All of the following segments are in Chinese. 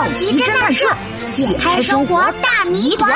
奇侦探社，解开生活大谜团。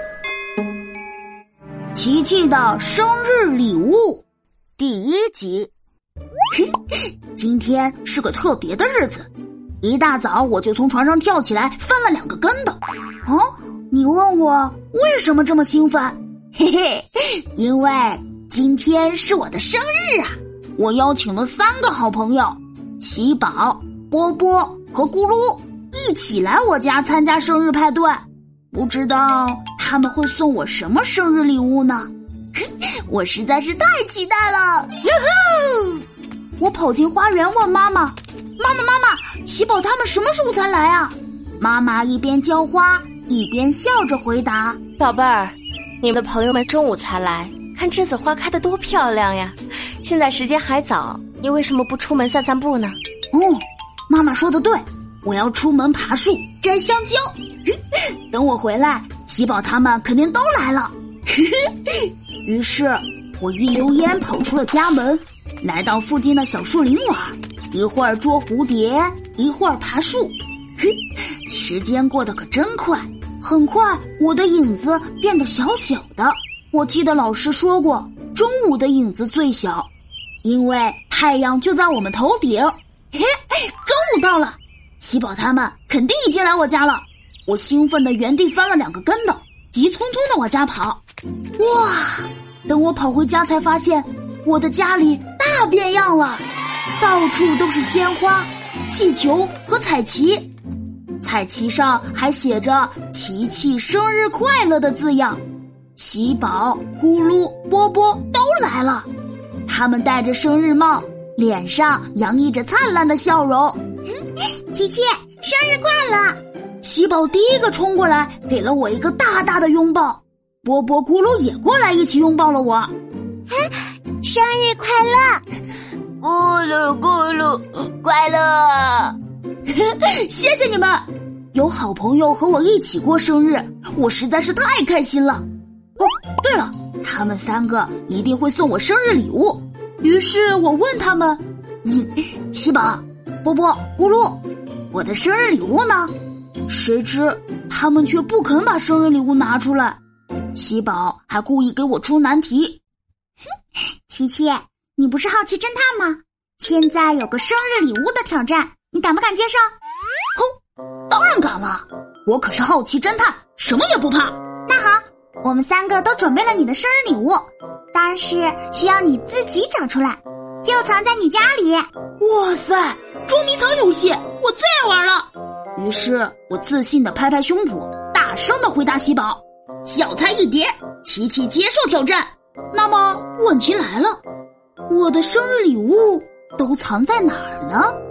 琪琪的生日礼物第1集。今天是个特别的日子，一大早我就从床上跳起来，翻了2个跟斗。你问我为什么这么兴奋？嘿嘿，因为今天是我的生日啊！我邀请了3个好朋友，喜宝、波波和咕噜一起来我家参加生日派对。不知道他们会送我什么生日礼物呢？我实在是太期待了！我跑进花园问妈妈：“妈妈，喜宝他们什么时候才来啊？”妈妈一边浇花一边笑着回答：“ 宝贝儿，你们的朋友们中午才来，看栀子花开得多漂亮呀！现在时间还早，你为什么不出门散散步呢？” 妈妈说的对，我要出门爬树摘香蕉。等我回来，喜宝他们肯定都来了。于是我一溜烟跑出了家门，来到附近的小树林玩，一会儿捉蝴蝶，一会儿爬树。时间过得可真快，很快我的影子变得小小的。我记得老师说过，中午的影子最小，因为太阳就在我们头顶。中午到了，喜宝他们肯定已经来我家了。我兴奋地原地翻了2个跟斗，急匆匆地往家跑。哇！等我跑回家才发现，我的家里大变样了，到处都是鲜花、气球和彩旗。彩旗上还写着“琪琪生日快乐”的字样。喜宝、咕噜、波波都来了，他们戴着生日帽，脸上洋溢着灿烂的笑容。 琪琪，生日快乐！ 喜宝第一个冲过来，给了我一个大大的拥抱。波波、咕噜也过来一起拥抱了我。 生日快乐！咕噜咕噜，快乐！ 谢谢你们，有好朋友和我一起过生日，我实在是太开心了。对了，他们3个一定会送我生日礼物。于是我问他们：“喜宝、波波、咕噜，我的生日礼物呢？”谁知他们却不肯把生日礼物拿出来。喜宝还故意给我出难题。 琪琪，你不是好奇侦探吗？现在有个生日礼物的挑战，你敢不敢接受？ 当然敢了，我可是好奇侦探，什么也不怕。 那好，我们3个都准备了你的生日礼物，但是需要你自己找出来，就藏在你家里。 哇塞，捉迷藏游戏我最爱玩了。于是我自信地拍拍胸脯，大声地回答喜宝：“小菜一碟，琪琪接受挑战。”那么问题来了，我的生日礼物都藏在哪儿呢？